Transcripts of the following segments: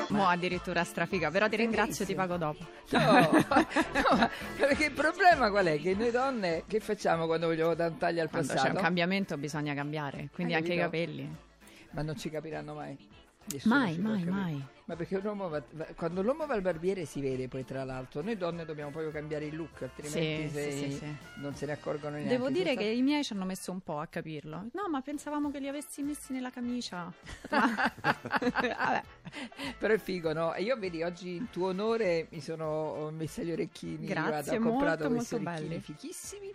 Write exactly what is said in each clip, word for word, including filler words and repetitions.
Mo addirittura strafiga, però ti ringrazio, ti pago dopo. No, no, perché il problema qual è? Che noi donne che facciamo quando vogliamo dare un taglio al Quando passato? c'è un cambiamento bisogna cambiare, quindi Hai anche i capito? capelli. Ma non ci capiranno mai. Nessuno Mai, ci può mai, capire. mai. Ma perché un uomo va, va- quando l'uomo va al barbiere si vede, poi tra l'altro noi donne dobbiamo proprio cambiare il look, altrimenti Sì, se- sì, sì, sì. non se ne accorgono neanche. Devo dire Senza- che i miei ci hanno messo un po' a capirlo. No, ma pensavamo che li avessi messi nella camicia. Ma... Vabbè. Però è figo, no? E io vedi oggi in tuo onore mi sono messa gli orecchini. Grazie, guarda, ho comprato molto, questi molto orecchini belli. fichissimi.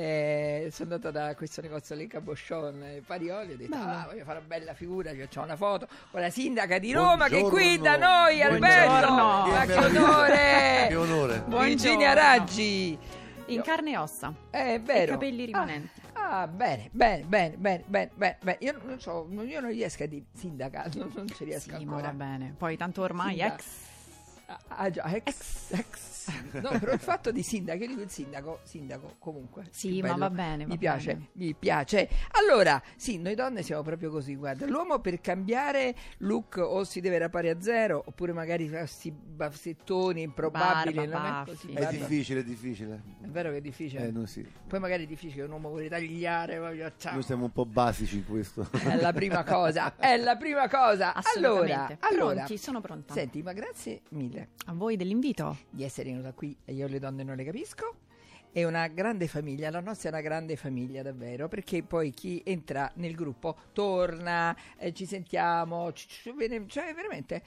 Eh, sono andata da questo negozio lì Cabochon eh, Parioli, ho detto Bello. ah, voglio fare una bella figura, ci facciamo una foto con la sindaca di Roma che è qui Buongiorno. da noi, Alberto. Buongiorno. Ma che Che onore! Che onore. Buongiorno. Virginia Raggi. In carne e ossa. Eh, È vero. I capelli rimanenti. Ah, ah, bene, bene, bene, bene, bene, bene, bene. Io non so, io non riesco a dire sindaca, non, non ci riesco Sì, ma ancora. va bene. Poi tanto ormai Sindaca. ex. Ah, ah, già, ex, ex. No, però il fatto di sindaco, io dico il sindaco, sindaco comunque. Sì, più ma bello. va bene, va Mi piace, bene. mi piace. Allora, sì, noi donne siamo proprio così, guarda. L'uomo per cambiare look o si deve rapare a zero, oppure magari farsi bafsettoni improbabili. Barba, non è baffi. così, È barba. difficile, è difficile. È vero che è difficile. Eh, noi sì. Poi magari è difficile, un uomo vuole tagliare, voglio, ciao. Noi siamo un po' basici in questo. È la prima cosa, è la prima cosa. Allora, Assolutamente. allora, Pronti, sono pronta. senti, ma grazie mille A voi dell'invito. di essere venuta qui e io le donne non le capisco. È una grande famiglia, la nostra è una grande famiglia davvero, perché poi chi entra nel gruppo torna, eh, ci sentiamo, ci- ci- viene- cioè veramente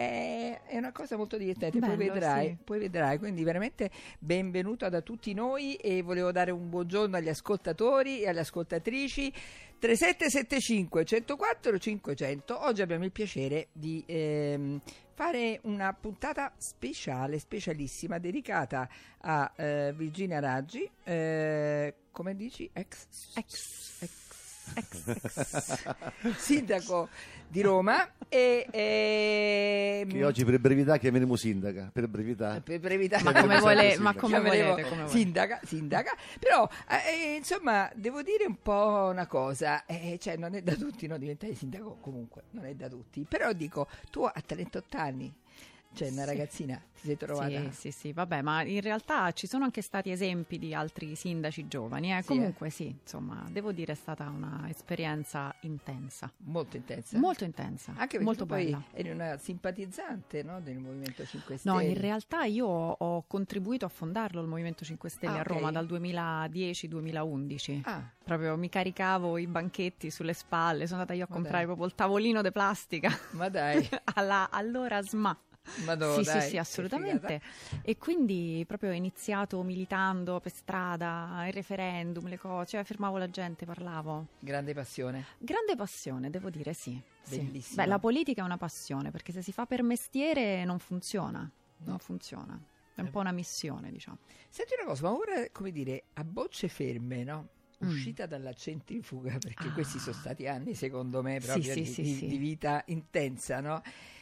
è, è una cosa molto divertente, poi Bello, vedrai, sì. poi vedrai, quindi veramente benvenuta da tutti noi e volevo dare un buongiorno agli ascoltatori e alle ascoltatrici. tre sette sette cinque uno zero quattro cinquecento. Oggi abbiamo il piacere di ehm, fare una puntata speciale, specialissima, dedicata a eh, Virginia Raggi, eh, come dici? Ex, Ex. ex, sindaco di Roma e, e Che oggi per brevità chiameremo sindaca. Per brevità. per brevità Ma Sì, come, sì, vuole, sì, ma sì. come chiameremo volete? Come volete. sindaca, sindaca, però eh, insomma devo dire un po' una cosa, eh, cioè non è da tutti no, diventare sindaco, comunque non è da tutti, però dico tu a trentotto anni, cioè una Sì. ragazzina ti sei trovata Sì, sì, sì, vabbè, ma in realtà ci sono anche stati esempi di altri sindaci giovani, eh? Sì, Comunque sì, insomma, devo dire è stata un'esperienza intensa, molto intensa, molto intensa, anche perché molto tu poi bella. eri una simpatizzante no, del Movimento cinque Stelle. No, in realtà io ho contribuito a fondarlo il Movimento cinque Stelle Ah, a ok. Roma dal duemiladieci duemilaundici. Ah, Proprio mi caricavo i banchetti sulle spalle, sono andata io a Ma comprare dai. proprio il tavolino di plastica ma dai, alla, allora S M A. ma no, sì, dai, sì, sì, che assolutamente. E quindi proprio ho iniziato militando per strada, il referendum, le cose, cioè fermavo la gente, parlavo. figata. Grande passione, Grande passione, devo dire, sì. sì. Bellissimo. Beh, la politica è una passione, perché se si fa per mestiere non funziona, No. non funziona. È un po' una missione, diciamo. Senti una cosa, ma ora come dire a bocce ferme, no? Mm. Uscita dalla centrifuga, perché Ah. questi sono stati anni, secondo me, Sì, proprio sì, di, sì, di- sì. di vita intensa, no?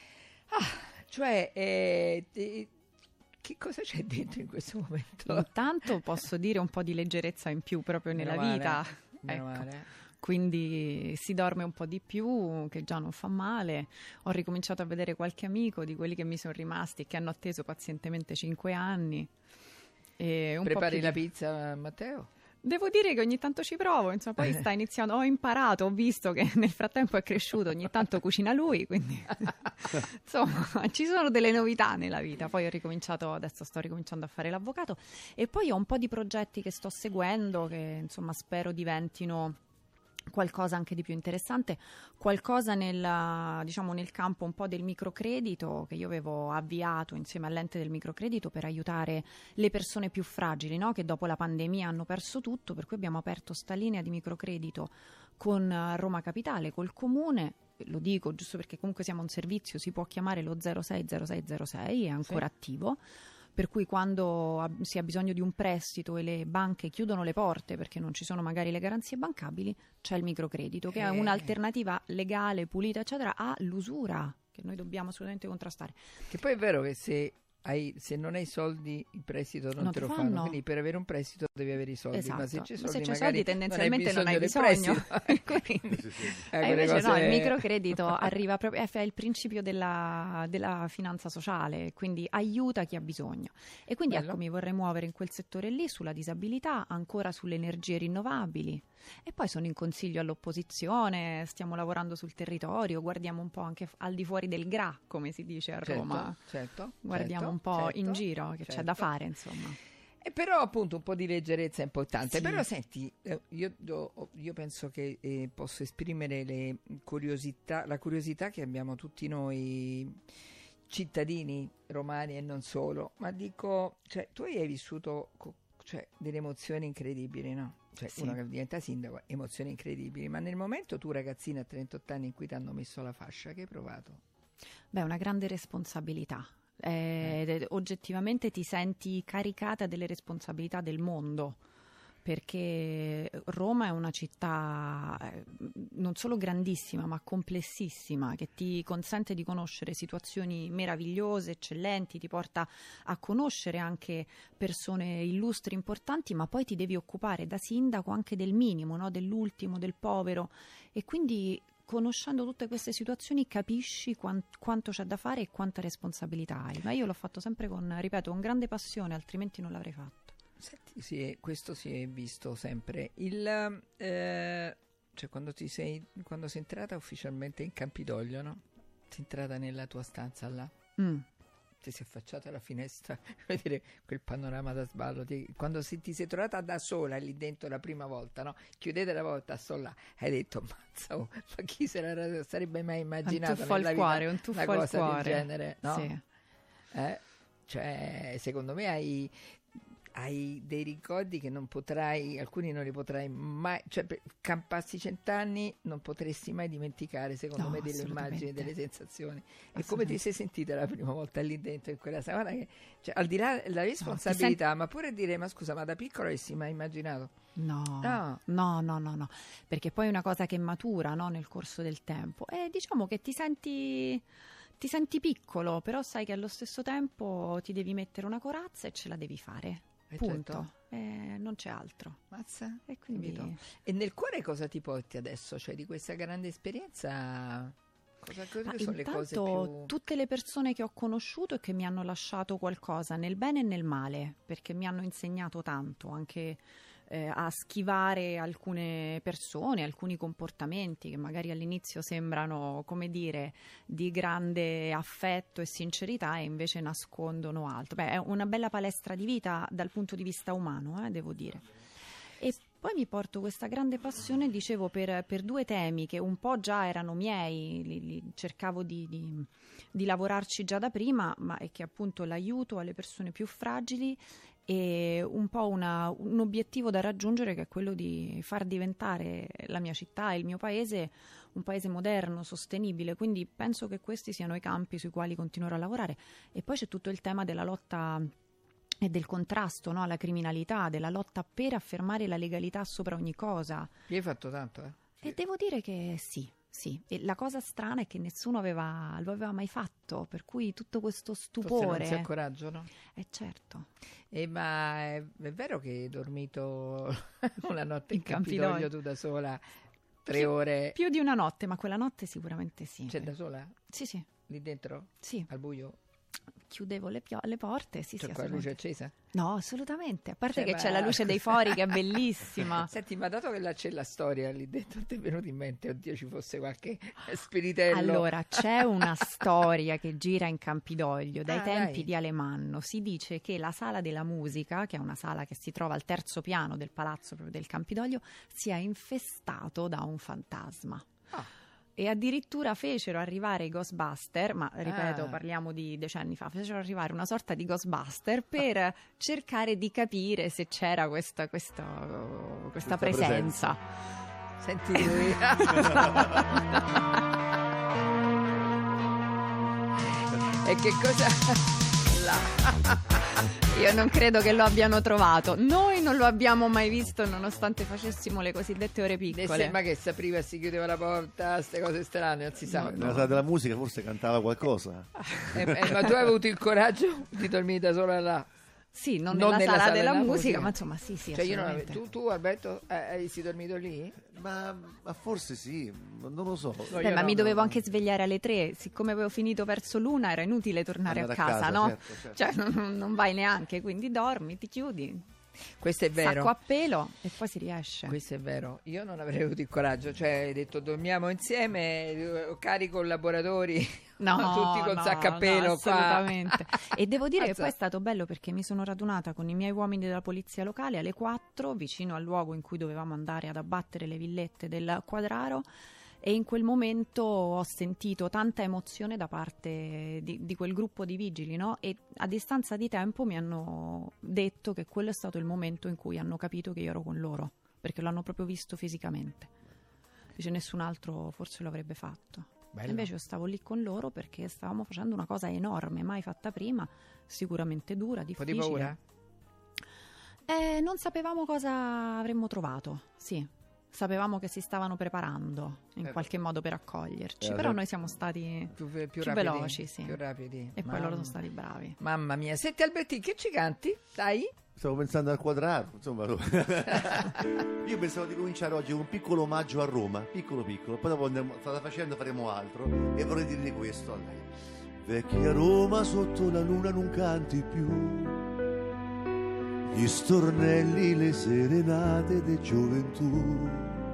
Ah, cioè, eh, te- che cosa c'è dentro in questo momento? Intanto posso dire un po' di leggerezza in più proprio Meno nella male, vita. meno Ecco. male. Quindi si dorme un po' di più, che già non fa male. Ho ricominciato a vedere qualche amico di quelli che mi sono rimasti e che hanno atteso pazientemente cinque anni. E un po' Prepari più la di- pizza, Matteo? Devo dire che ogni tanto ci provo, insomma, poi sta iniziando, ho imparato, ho visto che nel frattempo è cresciuto, ogni tanto cucina lui, quindi insomma ci sono delle novità nella vita. Poi ho ricominciato, adesso sto ricominciando a fare l'avvocato e poi ho un po' di progetti che sto seguendo che insomma spero diventino qualcosa anche di più interessante, qualcosa nel, diciamo, nel campo un po' del microcredito che io avevo avviato insieme all'ente del microcredito per aiutare le persone più fragili, no? Che dopo la pandemia hanno perso tutto, per cui abbiamo aperto sta linea di microcredito con eh, Roma Capitale, col Comune. Lo dico giusto perché comunque siamo un servizio, si può chiamare lo zero sei zero sei zero sei, è ancora attivo. Per cui quando ha- si ha bisogno di un prestito e le banche chiudono le porte perché non ci sono magari le garanzie bancabili, c'è il microcredito che è Eh. un'alternativa legale, pulita, eccetera, all'usura che noi dobbiamo assolutamente contrastare. Che poi è vero che se hai, se non hai soldi il prestito non, Non te te lo fanno. fanno, quindi per avere un prestito devi avere i soldi, Esatto. ma se c'è Ma soldi, se c'è magari soldi tendenzialmente non hai del bisogno. prestito. Quindi- Sì, sì. Eh, E quelle invece no, cose- il microcredito arriva proprio, è il principio della, della finanza sociale, quindi aiuta chi ha bisogno. E quindi Bello. ecco, mi vorrei muovere in quel settore lì, sulla disabilità, ancora sulle energie rinnovabili. E poi sono in consiglio all'opposizione, stiamo lavorando sul territorio, guardiamo un po' anche f- al di fuori del G R A, come si dice a Certo, Roma. certo, Guardiamo certo, un po' certo, in giro che c'è certo. da fare, insomma. E però appunto un po' di leggerezza è importante. Sì. Però senti, eh, io, io- io penso che eh, posso esprimere le curiosità, la curiosità che abbiamo tutti noi cittadini romani e non solo, ma dico, cioè, tu hai vissuto co- cioè, delle emozioni incredibili, no? Cioè, Sì. uno che diventa sindaco, emozioni incredibili, ma nel momento tu ragazzina a trentotto anni in cui ti hanno messo la fascia, che hai provato? Beh, una grande responsabilità. Eh, ed- oggettivamente ti senti caricata delle responsabilità del mondo, perché Roma è una città eh, non solo grandissima, ma complessissima, che ti consente di conoscere situazioni meravigliose, eccellenti, ti porta a conoscere anche persone illustri, importanti, ma poi ti devi occupare da sindaco anche del minimo, no? Dell'ultimo, del povero, e quindi conoscendo tutte queste situazioni capisci quan- quanto c'è da fare e quanta responsabilità hai. Ma io l'ho fatto sempre con, ripeto, con grande passione, altrimenti non l'avrei fatto. Senti, sì, è- questo si è visto sempre. Il, eh, cioè quando ti sei, quando sei entrata ufficialmente in Campidoglio, no? Sei entrata nella tua stanza là, Mm. ti sei affacciata alla finestra, vuoi dire, quel panorama da sballo. ti- quando si- ti sei trovata da sola lì dentro la prima volta, no? Chiudete la porta, sto là, hai detto, mazza, oh, ma chi se la sarebbe mai Un immaginato tuffo al nella cuore, vita un tuffo una al cosa cuore. del genere, no? Sì. Eh? Cioè, secondo me hai, hai dei ricordi che non potrai, alcuni non li potrai mai, cioè per- campassi cent'anni non potresti mai dimenticare, secondo No, me, delle assolutamente. immagini, delle sensazioni. E come ti Assolutamente. sei sentita la prima volta lì dentro in quella sala? Che, cioè, al di là della responsabilità, ma pure dire, ma scusa, ma da piccolo avessi mai immaginato? No, No. no, no, no, no, perché poi è una cosa che matura, no, nel corso del tempo, e diciamo che ti senti, ti senti piccolo, però sai che allo stesso tempo ti devi mettere una corazza e ce la devi fare, Eh, punto. certo. Eh, non c'è altro. Mazza? E quindi Capito? E nel cuore cosa ti porti adesso? Cioè, di questa grande esperienza, cosa, cosa Ma sono le cose intanto più... tutte le persone che ho conosciuto e che mi hanno lasciato qualcosa nel bene e nel male, perché mi hanno insegnato tanto anche eh, a schivare alcune persone, alcuni comportamenti che magari all'inizio sembrano, come dire, di grande affetto e sincerità e invece nascondono altro. Beh, è una bella palestra di vita dal punto di vista umano, eh, devo dire. E poi mi porto questa grande passione, dicevo, per, per due temi che un po' già erano miei, li, li cercavo di, di, di lavorarci già da prima, ma è che appunto l'aiuto alle persone più fragili e un po' una, un obiettivo da raggiungere, che è quello di far diventare la mia città e il mio paese un paese moderno, sostenibile. Quindi penso che questi siano i campi sui quali continuerò a lavorare. E poi c'è tutto il tema della lotta e del contrasto, no, alla criminalità, della lotta per affermare la legalità sopra ogni cosa. Gli hai fatto tanto, eh? E devo dire che sì, sì. E la cosa strana è che nessuno aveva, lo aveva mai fatto, per cui tutto questo Forse non stupore. si ha coraggio, no? Eh certo. Eh, ma è, è vero che hai dormito una notte in, In Campidoglio, Campidoglio. tu da sola, tre Più- ore, Più di una notte, ma quella notte sicuramente sì. cioè da sola, Sì, sì, lì dentro, sì. al buio, Chiudevo le, pio- le porte, sì, cioè sì, con la luce assolutamente. accesa? No, assolutamente. A parte Cioè, che ma- c'è la luce dei fori che è bellissima. Senti, ma dato che là c'è la storia lì dentro, ti è venuto in mente, oddio, ci fosse qualche spiritello? Allora, c'è una storia che gira in Campidoglio dai Ah, tempi dai. di Alemanno. Si dice che la sala della musica, che è una sala che si trova al terzo piano del palazzo proprio del Campidoglio, sia infestato da un fantasma. Ah. E addirittura fecero arrivare i Ghostbuster, ma ripeto, Ah. parliamo di decenni fa, fecero arrivare una sorta di Ghostbuster per cercare di capire se c'era questa, questa, questa Questa presenza. Senti lui. E che cosa... là. Io non credo che lo abbiano trovato. Noi non lo abbiamo mai visto, nonostante facessimo le cosiddette ore Ne piccole. sembra che si apriva e si chiudeva la porta, queste cose strane, non si sa. Nella sala della musica forse cantava qualcosa. Eh, eh, ma tu hai avuto il coraggio di dormire da sola là? Sì, non, Non nella, nella sala, sala della, della musica, musica. ma insomma sì, sì, Cioè io non ave- assolutamente. tu, tu Alberto eh, hai si dormito lì? Ma, ma forse sì, non lo so. No, Beh, io ma no, mi no, dovevo no. anche svegliare alle tre, siccome avevo finito verso l'una era inutile tornare Andare a a casa, casa, no? certo, certo. Cioè non, non vai neanche, quindi dormi, ti chiudi, Questo è vero. sacco a pelo e poi si riesce. Questo è vero, io non avrei avuto il coraggio, cioè hai detto dormiamo insieme, eh, cari collaboratori, No, tutti col no, sacco a pelo no, qua. assolutamente. E devo dire che Azza. poi è stato bello perché mi sono radunata con i miei uomini della polizia locale alle quattro vicino al luogo in cui dovevamo andare ad abbattere le villette del Quadraro e in quel momento ho sentito tanta emozione da parte di, di quel gruppo di vigili, no? E a distanza di tempo mi hanno detto che quello è stato il momento in cui hanno capito che io ero con loro, perché l'hanno proprio visto fisicamente. Dice nessun altro forse lo avrebbe fatto. Bello. E invece io stavo lì con loro perché stavamo facendo una cosa enorme, mai fatta prima, sicuramente dura, Un po' difficile. di paura? Eh, non sapevamo cosa avremmo trovato, sì. Sapevamo che si stavano preparando in Eh, qualche modo per accoglierci, eh, però eh. noi siamo stati Più, più, più rapidi, veloci, sì. più rapidi. e poi Mamma- loro sono stati bravi. Mamma mia, senti Albertini, che ci canti? Dai? Stavo pensando al Quadraro, insomma. Io pensavo di cominciare oggi con un piccolo omaggio a Roma, piccolo piccolo, poi dopo andiamo, strada facendo faremo altro e vorrei dirgli questo a lei. Vecchia Roma sotto la luna non canti più, gli stornelli, le serenate di gioventù,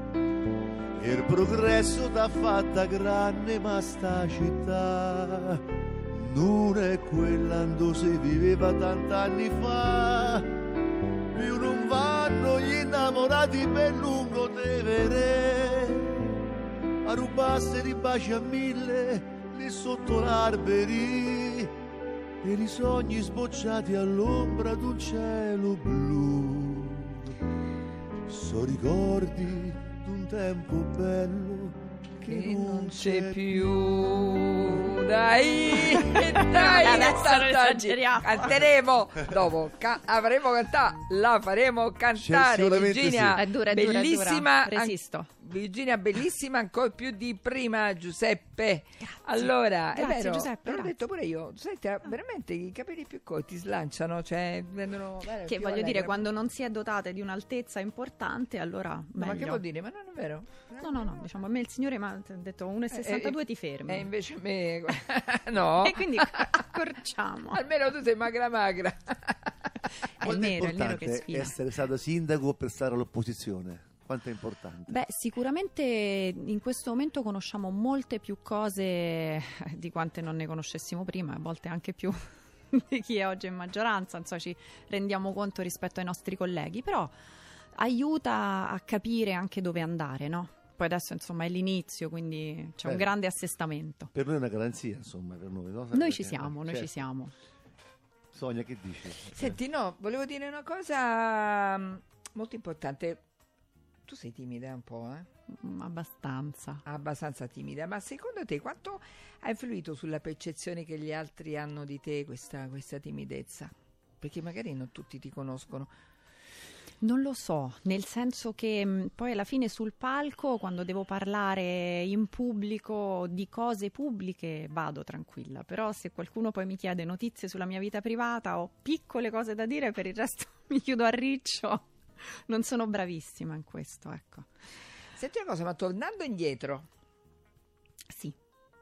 il progresso t'ha fatta grande ma sta città non è quella dove si viveva tant'anni fa, più non vanno gli innamorati per lungo Tevere a rubasse i baci a mille lì sotto l'alberi e i sogni sbocciati all'ombra d'un cielo blu. So ricordi d'un tempo bello Che non c'è più. Dai, dai, Adesso tanta- non esageriamo. Canteremo dopo, ca- avremo cantato, la faremo cantare. sicuramente Virginia, sì. È dura, è dura, è dura. bellissima, Resisto. an- Virginia bellissima, ancora più di prima, Giuseppe. Allora, Grazie, è vero, Giuseppe, l'ho grazie. detto pure io. Senti, ha veramente i capelli più corti slanciano, cioè vengono bene, Che più voglio dire, allegre. quando non si è dotate di un'altezza importante, allora No, ma che meglio. vuol dire? Ma non è vero? No, no, no, diciamo a me il signore mi ha detto uno e sessantadue Eh, ti fermi. E invece me no. E quindi accorciamo. Almeno tu sei magra magra. È il Quanto nero, è il nero che importante sfida. essere stato sindaco per stare all'opposizione? Quanto è importante? Beh, sicuramente in questo momento conosciamo molte più cose di quante non ne conoscessimo prima, a volte anche più di chi è oggi in maggioranza, insomma ci rendiamo conto rispetto ai nostri colleghi, però aiuta a capire anche dove andare, no? Poi adesso insomma è l'inizio, quindi c'è un Beh. grande assestamento. Per noi è una garanzia, insomma, per noi. No? Noi ci Perché- siamo, noi certo. ci siamo. Sonia, che dici? Senti, no, volevo dire una cosa mm, molto importante. Tu sei timida un po', eh? Mm, Abbastanza. Abbastanza timida, ma secondo te quanto ha influito sulla percezione che gli altri hanno di te questa, questa timidezza? Perché magari non tutti ti conoscono. Non lo so, nel senso che mh, poi alla fine sul palco, quando devo parlare in pubblico di cose pubbliche, vado tranquilla. Però se qualcuno poi mi chiede notizie sulla mia vita privata, ho piccole cose da dire, per il resto mi chiudo a riccio. Non sono bravissima in questo, ecco. Senti una cosa, ma tornando indietro, Sì.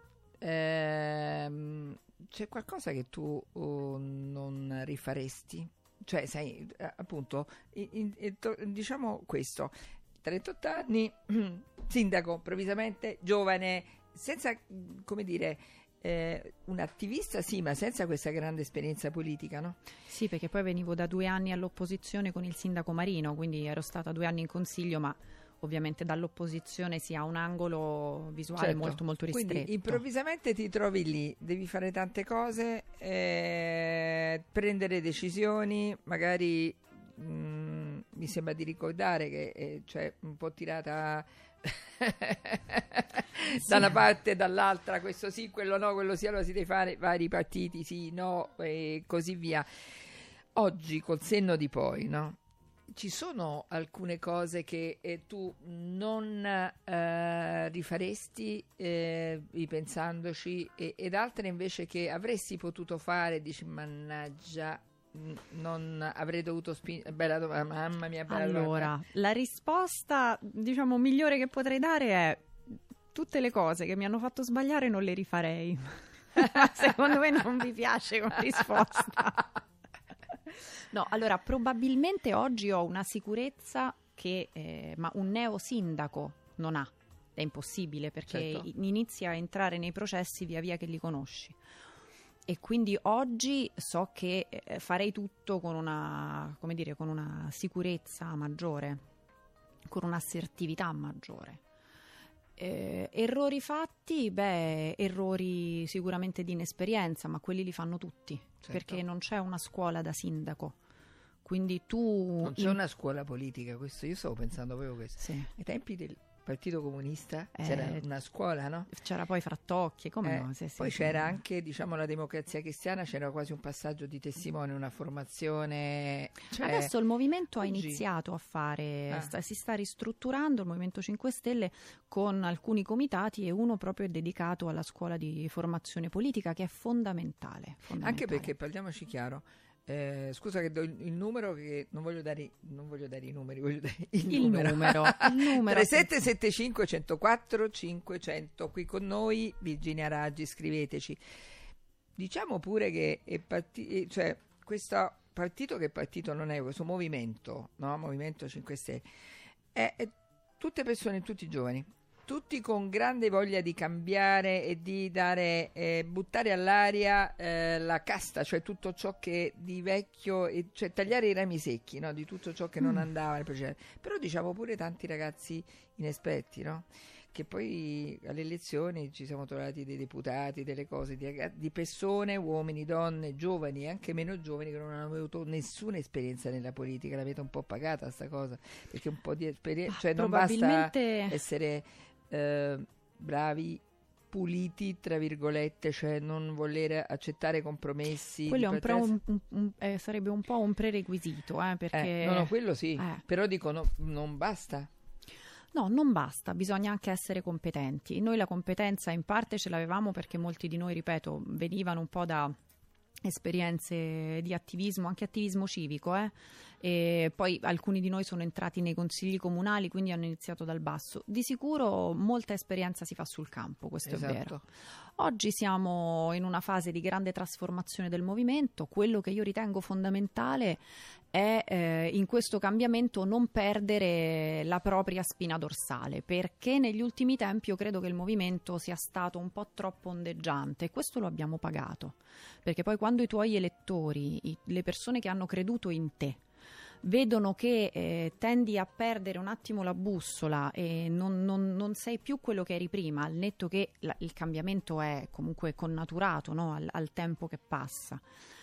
ehm, c'è qualcosa che tu oh, non rifaresti? Cioè, sai, eh, appunto, in- in- in- to- diciamo questo, trentotto anni, sindaco, improvvisamente, giovane, senza, mm, come dire, eh, un attivista sì, ma senza questa grande esperienza politica, no? Sì, perché poi venivo da due anni all'opposizione con il sindaco Marino, quindi ero stata due anni in consiglio, ma ovviamente dall'opposizione si ha un angolo visuale Certo. molto molto ristretto. Quindi improvvisamente ti trovi lì, devi fare tante cose, eh, prendere decisioni, magari mm, mi sembra di ricordare che è cioè, un po' tirata da una parte e dall'altra, questo sì, quello no, quello sì, allora si deve fare vari partiti, sì, no, e così via. oggi col senno di poi, no? Ci sono alcune cose che eh, tu non eh, rifaresti eh, ripensandoci e, ed altre invece che avresti potuto fare, dici mannaggia, non avrei dovuto spingere. Bella domanda, mamma mia, bella Allora, domanda. la risposta, diciamo, migliore che potrei dare è: tutte le cose che mi hanno fatto sbagliare non le rifarei. Secondo me non vi piace come risposta. No, allora, probabilmente oggi ho una sicurezza che eh, ma un neo sindaco non ha. È impossibile, perché Certo. inizi a entrare nei processi via via che li conosci. E quindi oggi so che eh, farei tutto con una, come dire, con una sicurezza maggiore, con un'assertività maggiore. Eh, errori fatti, beh, errori sicuramente di inesperienza, ma quelli li fanno tutti, Certo. perché non c'è una scuola da sindaco. Quindi tu... Non c'è in- una scuola politica, questo io stavo pensando proprio questo. Sì. Ai tempi del Partito Comunista Eh, c'era una scuola, no? C'era poi Frattocchi, come Eh, no? Sì, sì, poi sì. c'era anche, diciamo, la Democrazia Cristiana, c'era quasi un passaggio di testimone, una formazione. Cioè, Adesso il movimento oggi- ha iniziato a fare, Ah. sta- si sta ristrutturando il Movimento cinque Stelle con alcuni comitati, e uno proprio è dedicato alla scuola di formazione politica, che è fondamentale. fondamentale. Anche perché, parliamoci chiaro, eh, scusa che do il, il numero, che non voglio dare, i- non voglio dare i numeri, voglio dare il, il numero, il numero tre sette sette cinque uno zero quattro cinquecento, qui con noi Virginia Raggi, scriveteci. Diciamo pure che è parti- eh, cioè, questo partito che è partito non è questo movimento, no? Movimento cinque Stelle, è, è tutte persone, tutti giovani, tutti con grande voglia di cambiare e di dare, eh, buttare all'aria eh, la casta, cioè tutto ciò che di vecchio, e, cioè tagliare i rami secchi, no? Di tutto ciò che non Mm. andava nel precedente. Però diciamo pure tanti ragazzi inesperti, no? Che poi alle elezioni ci siamo trovati dei deputati, delle cose, di, raga- di persone, uomini, donne, giovani e anche meno giovani, che non hanno avuto nessuna esperienza nella politica. L'avete un po' pagata sta cosa, perché un po' di esperienza, Ah, cioè non basta probabilmente essere eh, bravi, puliti, tra virgolette, cioè non voler accettare compromessi. quello è di un partenza. pro- un- un- eh, sarebbe un po' un prerequisito, eh, perché Eh, no, no, quello sì, eh. però dico no, non basta. No, non basta, bisogna anche essere competenti. Noi la competenza in parte ce l'avevamo perché molti di noi, ripeto, venivano un po' da esperienze di attivismo, anche attivismo civico, eh? E poi alcuni di noi sono entrati nei consigli comunali, quindi hanno iniziato dal basso. Di sicuro molta esperienza si fa sul campo, questo è vero. Esatto. Oggi siamo in una fase di grande trasformazione del movimento. Quello che io ritengo fondamentale è eh, in questo cambiamento non perdere la propria spina dorsale, perché negli ultimi tempi io credo che il movimento sia stato un po' troppo ondeggiante, e questo lo abbiamo pagato, perché poi quando i tuoi elettori, i- le persone che hanno creduto in te, vedono che eh, tendi a perdere un attimo la bussola e non, non- non sei più quello che eri prima, al netto che la- il cambiamento è comunque connaturato, no? al, al tempo che passa.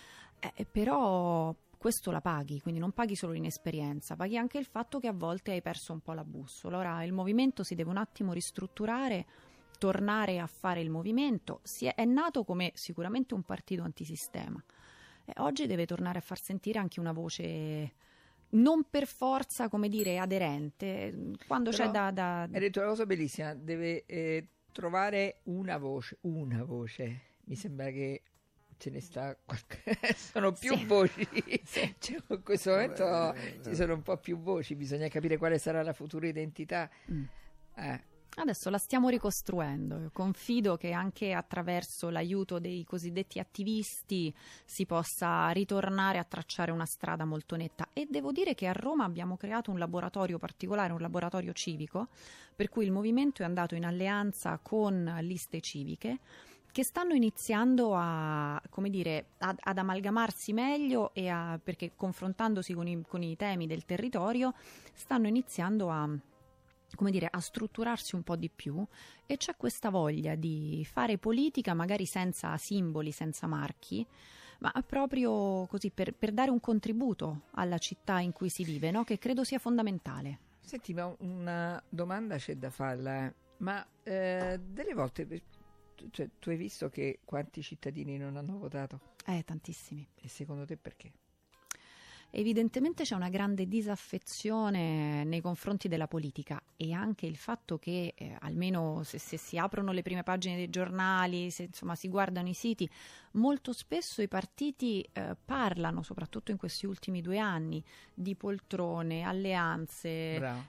Eh, però questo la paghi, quindi non paghi solo l'inesperienza, paghi anche il fatto che a volte hai perso un po' la bussola. Ora il movimento si deve un attimo ristrutturare, tornare a fare il movimento. Si è, è nato come sicuramente un partito antisistema. E oggi deve tornare a far sentire anche una voce non per forza, come dire, aderente. Quando Però c'è da... da... Hai detto una cosa bellissima, deve eh, trovare una voce, una voce. Mi sembra che ce ne sta qualche... sono più Sì. voci. Sì. Cioè, in questo momento Eh, ci sono un po' più voci, bisogna capire quale sarà la futura identità. Mm. Eh, Adesso la stiamo ricostruendo. Io confido che anche attraverso l'aiuto dei cosiddetti attivisti si possa ritornare a tracciare una strada molto netta. E devo dire che a Roma abbiamo creato un laboratorio particolare, un laboratorio civico, per cui il movimento è andato in alleanza con liste civiche che stanno iniziando a, come dire, ad, ad amalgamarsi meglio, e a, perché confrontandosi con i, con i temi del territorio stanno iniziando a, come dire, a strutturarsi un po' di più, e c'è questa voglia di fare politica magari senza simboli, senza marchi, ma proprio così per, per dare un contributo alla città in cui si vive, no? Che credo sia fondamentale. Senti, ma una domanda c'è da farla, eh. ma eh, delle volte, cioè, tu hai visto che quanti cittadini non hanno votato? Eh, tantissimi. E secondo te perché? Evidentemente c'è una grande disaffezione nei confronti della politica, e anche il fatto che eh, almeno se, se si aprono le prime pagine dei giornali, se insomma si guardano i siti, molto spesso i partiti eh, parlano, soprattutto in questi ultimi due anni, di poltrone, alleanze,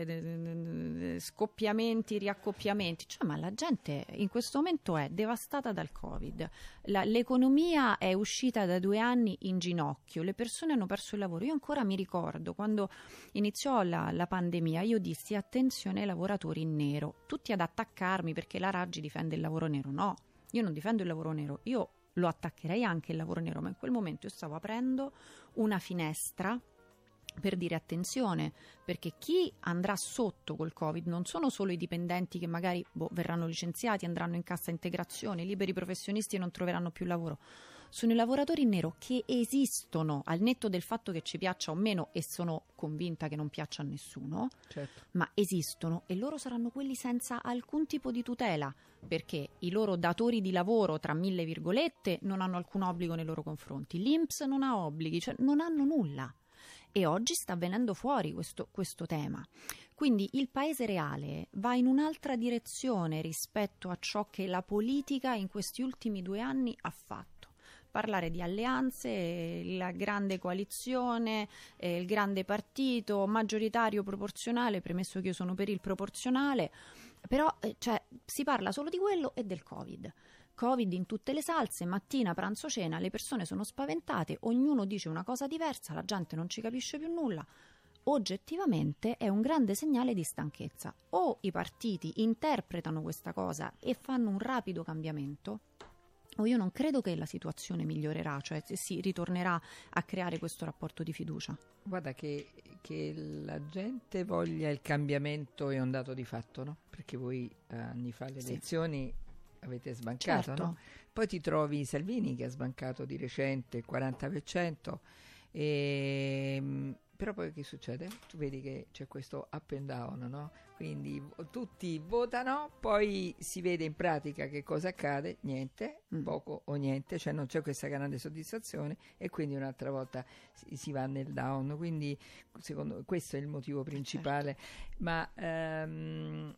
eh, scoppiamenti, riaccoppiamenti, cioè, ma la gente in questo momento è devastata dal Covid, la, l'economia è uscita da due anni in ginocchio, le persone hanno perso il lavoro. Io ancora mi ricordo quando iniziò la, la pandemia, io dissi attenzione ai lavoratori in nero, tutti ad attaccarmi perché la Raggi difende il lavoro nero. No, io non difendo il lavoro nero, io lo attaccherei anche il lavoro nero, ma in quel momento io stavo aprendo una finestra per dire attenzione, perché chi andrà sotto col Covid non sono solo i dipendenti che magari boh, verranno licenziati, andranno in cassa integrazione, i liberi professionisti non troveranno più lavoro. Sono i lavoratori in nero che esistono, al netto del fatto che ci piaccia o meno, e sono convinta che non piaccia a nessuno, certo. ma esistono, e loro saranno quelli senza alcun tipo di tutela, perché i loro datori di lavoro, tra mille virgolette, non hanno alcun obbligo nei loro confronti, l'I N P S non ha obblighi, cioè non hanno nulla. E oggi sta venendo fuori questo, questo tema. Quindi il paese reale va in un'altra direzione rispetto a ciò che la politica in questi ultimi due anni ha fatto. Parlare di alleanze, la grande coalizione, eh, il grande partito, maggioritario, proporzionale, premesso che io sono per il proporzionale, però eh, cioè, si parla solo di quello e del Covid. Covid in tutte le salse, mattina, pranzo, cena, le persone sono spaventate, ognuno dice una cosa diversa, la gente non ci capisce più nulla. Oggettivamente è un grande segnale di stanchezza. O i partiti interpretano questa cosa e fanno un rapido cambiamento, o io non credo che la situazione migliorerà, cioè si ritornerà a creare questo rapporto di fiducia. Guarda che, che la gente voglia il cambiamento è un dato di fatto, no? Perché voi anni fa le Sì. elezioni avete sbancato, Certo. no? Poi ti trovi Salvini che ha sbancato di recente il quaranta per cento, e, però poi che succede? Tu vedi che c'è questo up and down, no? Quindi tutti votano, poi si vede in pratica che cosa accade, niente, Mm. poco o niente, cioè non c'è questa grande soddisfazione, e quindi un'altra volta si, si va nel down. Quindi secondo questo è il motivo principale. Ma ehm,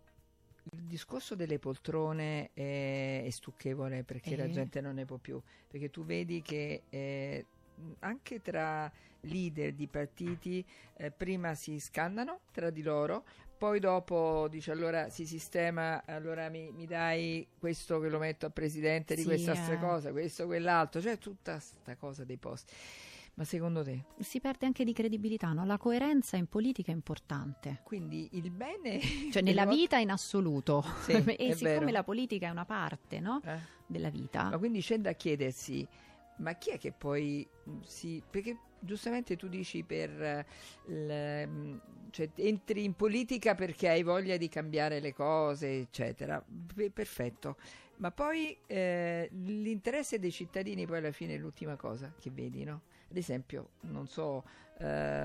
il discorso delle poltrone è, è stucchevole, perché Eh. la gente non ne può più, perché tu vedi che eh, anche tra leader di partiti eh, prima si scannano tra di loro, poi dopo dice allora si sistema, allora mi, mi dai questo che lo metto a presidente di Sì, questa altra eh. cosa, questo, quell'altro, cioè tutta sta cosa dei posti. Ma secondo te? Si perde anche di credibilità, no? La coerenza in politica è importante. Quindi il bene... Cioè nella del vita in assoluto. Sì, e è siccome vero. la politica è una parte, no? voto, eh? della vita. Ma quindi c'è da chiedersi, ma chi è che poi mh, si... Perché giustamente tu dici per... eh, il, mh, cioè entri in politica perché hai voglia di cambiare le cose, eccetera. P- perfetto. Ma poi eh, l'interesse dei cittadini poi alla fine è l'ultima cosa che vedi, no? Ad esempio, non so... eh,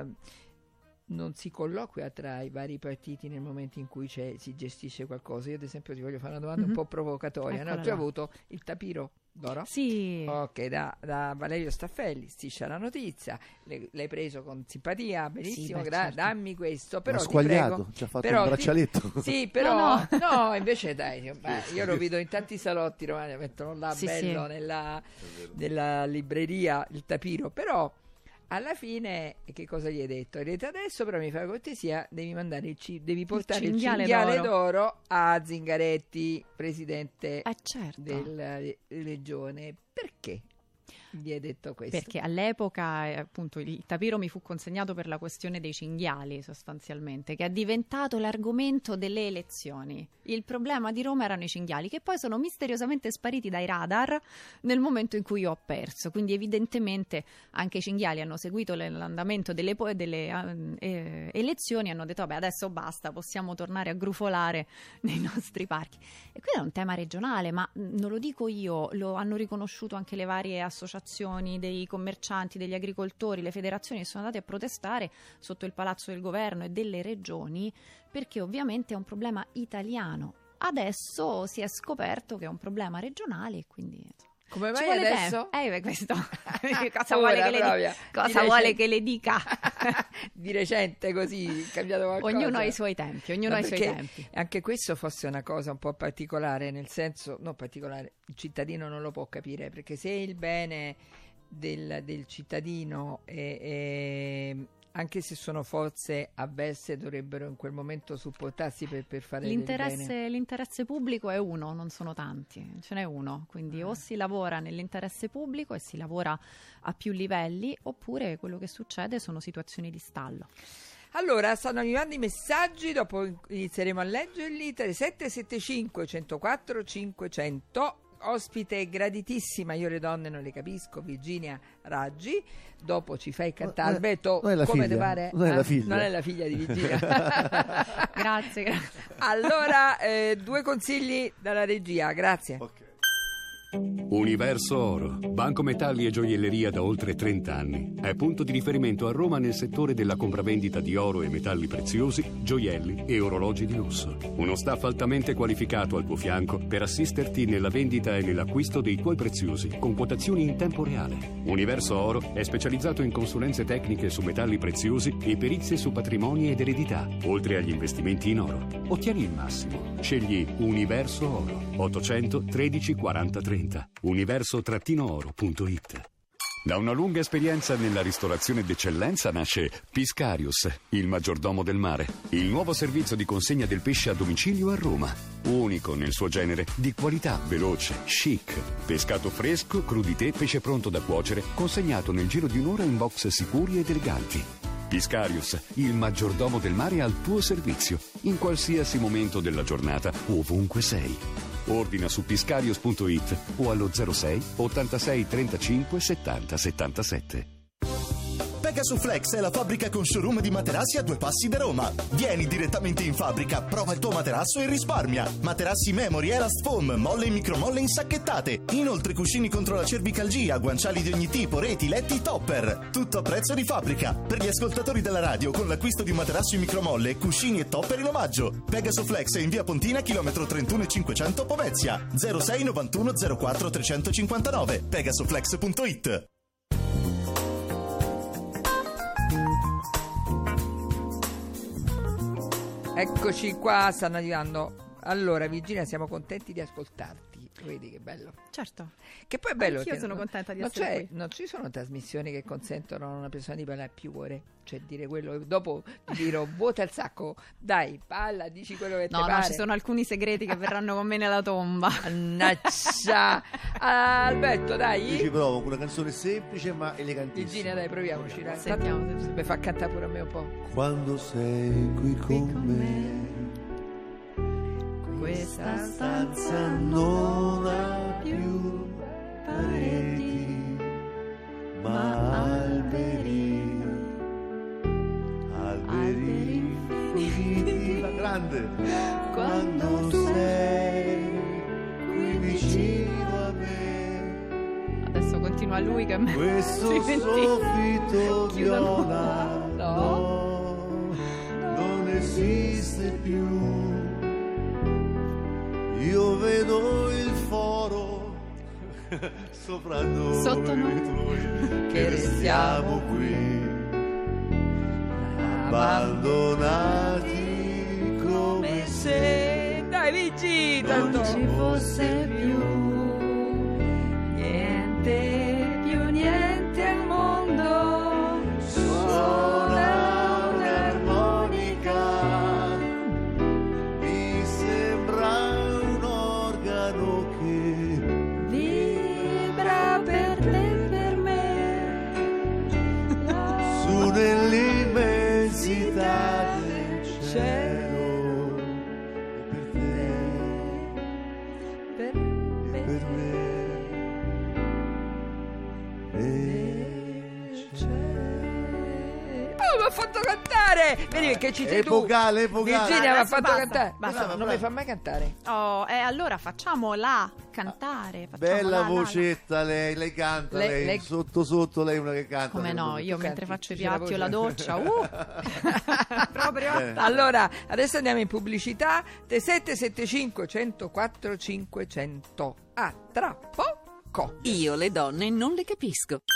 non si colloquia tra i vari partiti nel momento in cui c'è, si gestisce qualcosa. Io ad esempio ti voglio fare una domanda Mhm. un po' provocatoria, no? Eccola Tu hai là. avuto il tapiro d'oro? Sì. Ok, da, da Valerio Staffelli, Striscia la notizia, le- l'hai preso con simpatia, benissimo, Sì, beh, gra- certo. dammi questo, però Ma ti squagliato, prego, ci ha fatto però un ti- braccialetto. sì, però No, no, invece dai, beh, io lo vedo in tanti salotti romani, mettono là Sì, bello sì. nella, nella libreria il tapiro, però alla fine che cosa gli hai detto? Hai detto adesso però mi fai cortesia, devi mandare il ci- devi portare il cinghiale cinghiale, d'oro. d'oro a Zingaretti, presidente Eh certo. della re- regione. Perché gli hai detto questo? Perché all'epoca eh, appunto il tapiro mi fu consegnato per la questione dei cinghiali, sostanzialmente, che è diventato l'argomento delle elezioni. Il problema di Roma erano i cinghiali, che poi sono misteriosamente spariti dai radar nel momento in cui io ho perso. Quindi evidentemente anche i cinghiali hanno seguito le- l'andamento delle, po- delle eh, eh, elezioni e hanno detto vabbè adesso basta, possiamo tornare a grufolare nei nostri parchi. E qui è un tema regionale, ma mh, non lo dico io, lo hanno riconosciuto anche le varie associazioni dei commercianti, degli agricoltori, le federazioni che sono andate a protestare sotto il palazzo del governo e delle regioni, perché ovviamente è un problema italiano. Adesso si è scoperto che è un problema regionale e quindi Come Ci mai vuole adesso? tempo. Eh, questo. cosa Ora vuole che le, proprio, di- cosa di vuole recente. che le dica? Di recente così, è cambiato qualcosa. Ognuno ha i suoi tempi, ognuno Ma ha i suoi perché tempi. anche questo fosse una cosa un po' particolare, nel senso, non particolare, il cittadino non lo può capire, perché se il bene del, del cittadino è, è- anche se sono forze avverse, dovrebbero in quel momento supportarsi per, per fare del bene. L'interesse, l'interesse pubblico è uno, non sono tanti, ce n'è uno, quindi Ah. o si lavora nell'interesse pubblico e si lavora a più livelli, oppure quello che succede sono situazioni di stallo. Allora, stanno arrivando i messaggi, dopo inizieremo a leggerli. Tre sette sette cinque uno zero quattro cinquecento. Ospite graditissima, io le donne non le capisco, Virginia Raggi. Dopo ci fai cantare, Non è- Alberto, non è la come figlia, te pare? non è la Ah, figlia. non è la figlia di Virginia. Grazie, grazie. Allora, eh, due consigli dalla regia, grazie. Ok. Universo Oro, banco metalli e gioielleria da oltre trenta anni. È punto di riferimento a Roma nel settore della compravendita di oro e metalli preziosi, gioielli e orologi di lusso. Uno staff altamente qualificato al tuo fianco per assisterti nella vendita e nell'acquisto dei tuoi preziosi con quotazioni in tempo reale. Universo Oro è specializzato in consulenze tecniche su metalli preziosi e perizie su patrimoni ed eredità, oltre agli investimenti in oro. Ottieni il massimo. Scegli Universo Oro. ottocento tredici quaranta trenta. universo oro punto it. Da una lunga esperienza nella ristorazione d'eccellenza nasce Piscarius, il maggiordomo del mare, il nuovo servizio di consegna del pesce a domicilio a Roma. Unico nel suo genere, di qualità, veloce, chic. Pescato fresco, crudité, pesce pronto da cuocere, consegnato nel giro di un'ora in box sicuri ed eleganti. Piscarius, il maggiordomo del mare al tuo servizio, in qualsiasi momento della giornata, ovunque sei. Ordina su piscarius punto it o allo zero sei ottantasei trentacinque settanta settantasette. Pegasuflex è la fabbrica con showroom di materassi a due passi da Roma. Vieni direttamente in fabbrica, prova il tuo materasso e risparmia. Materassi Memory, Elast Foam, molle e micromolle insacchettate. Inoltre cuscini contro la cervicalgia, guanciali di ogni tipo, reti, letti, topper. Tutto a prezzo di fabbrica. Per gli ascoltatori della radio, con l'acquisto di un materasso in micromolle, cuscini e topper in omaggio. Pegasuflex è in via Pontina, chilometro trentuno e cinquecento Pomezia. zero sei novantuno zero quattro trecentocinquantanove. pegasuflex punto it. Eccoci qua, stanno arrivando. Allora, Virginia, siamo contenti di ascoltarti. Vedi che bello. Certo. Che poi è bello. Anch'io che sono non- contenta di non essere c'è- qui. Non ci sono trasmissioni che consentono a una persona di parlare più ore. Cioè, dire quello. Dopo ti dirò, vuota il sacco. Dai, palla, dici quello che No, ti no, pare. ci sono alcuni segreti che verranno con me nella tomba. Mannaggia. Ah, Alberto, Io ci dai. provo con una canzone semplice ma elegantissima. Virginia, dai, proviamoci. Dai. Sentiamo, Tanto sentiamo. mi fa cantare pure a me un po'. Quando sei qui con me, Questa stanza non ha più pareti, ma alberi, alberi infiniti. La grande. Quando sei qui vicino a me, Adesso continua lui che a me questo si senti- soffitto chiudono. viola no, non esiste più. Io vedo il foro sopra noi, Sotto noi. noi Che che restiamo qui abbandonati come se Dai, Virgi, tanto. non ci fosse più niente, più niente al mondo. suona un'armonica, mi sembra un organo che Vibra per te e per me. su nell'immensità del cielo e per te Per e per me e Oh, mi ha fatto cantare! Vedi perché ci sei tu. epocale, epocale. Virginia mi ha Adesso fatto basta, cantare. basta. Non- non mi fa mai cantare. Oh, e allora facciamola cantare. facciamo Bella la, la, la. vocetta lei, lei canta, Lei- lei, lei- sotto sotto lei è una che canta. Come no, secondo me. io Tu mentre canti, faccio i c'è la piatti o voce. la doccia, uh, proprio Bene. Allora, adesso andiamo in pubblicità. tre sette sette cinque uno zero quattro cinquecento. A tra poco. Ecco. Io le donne non le capisco.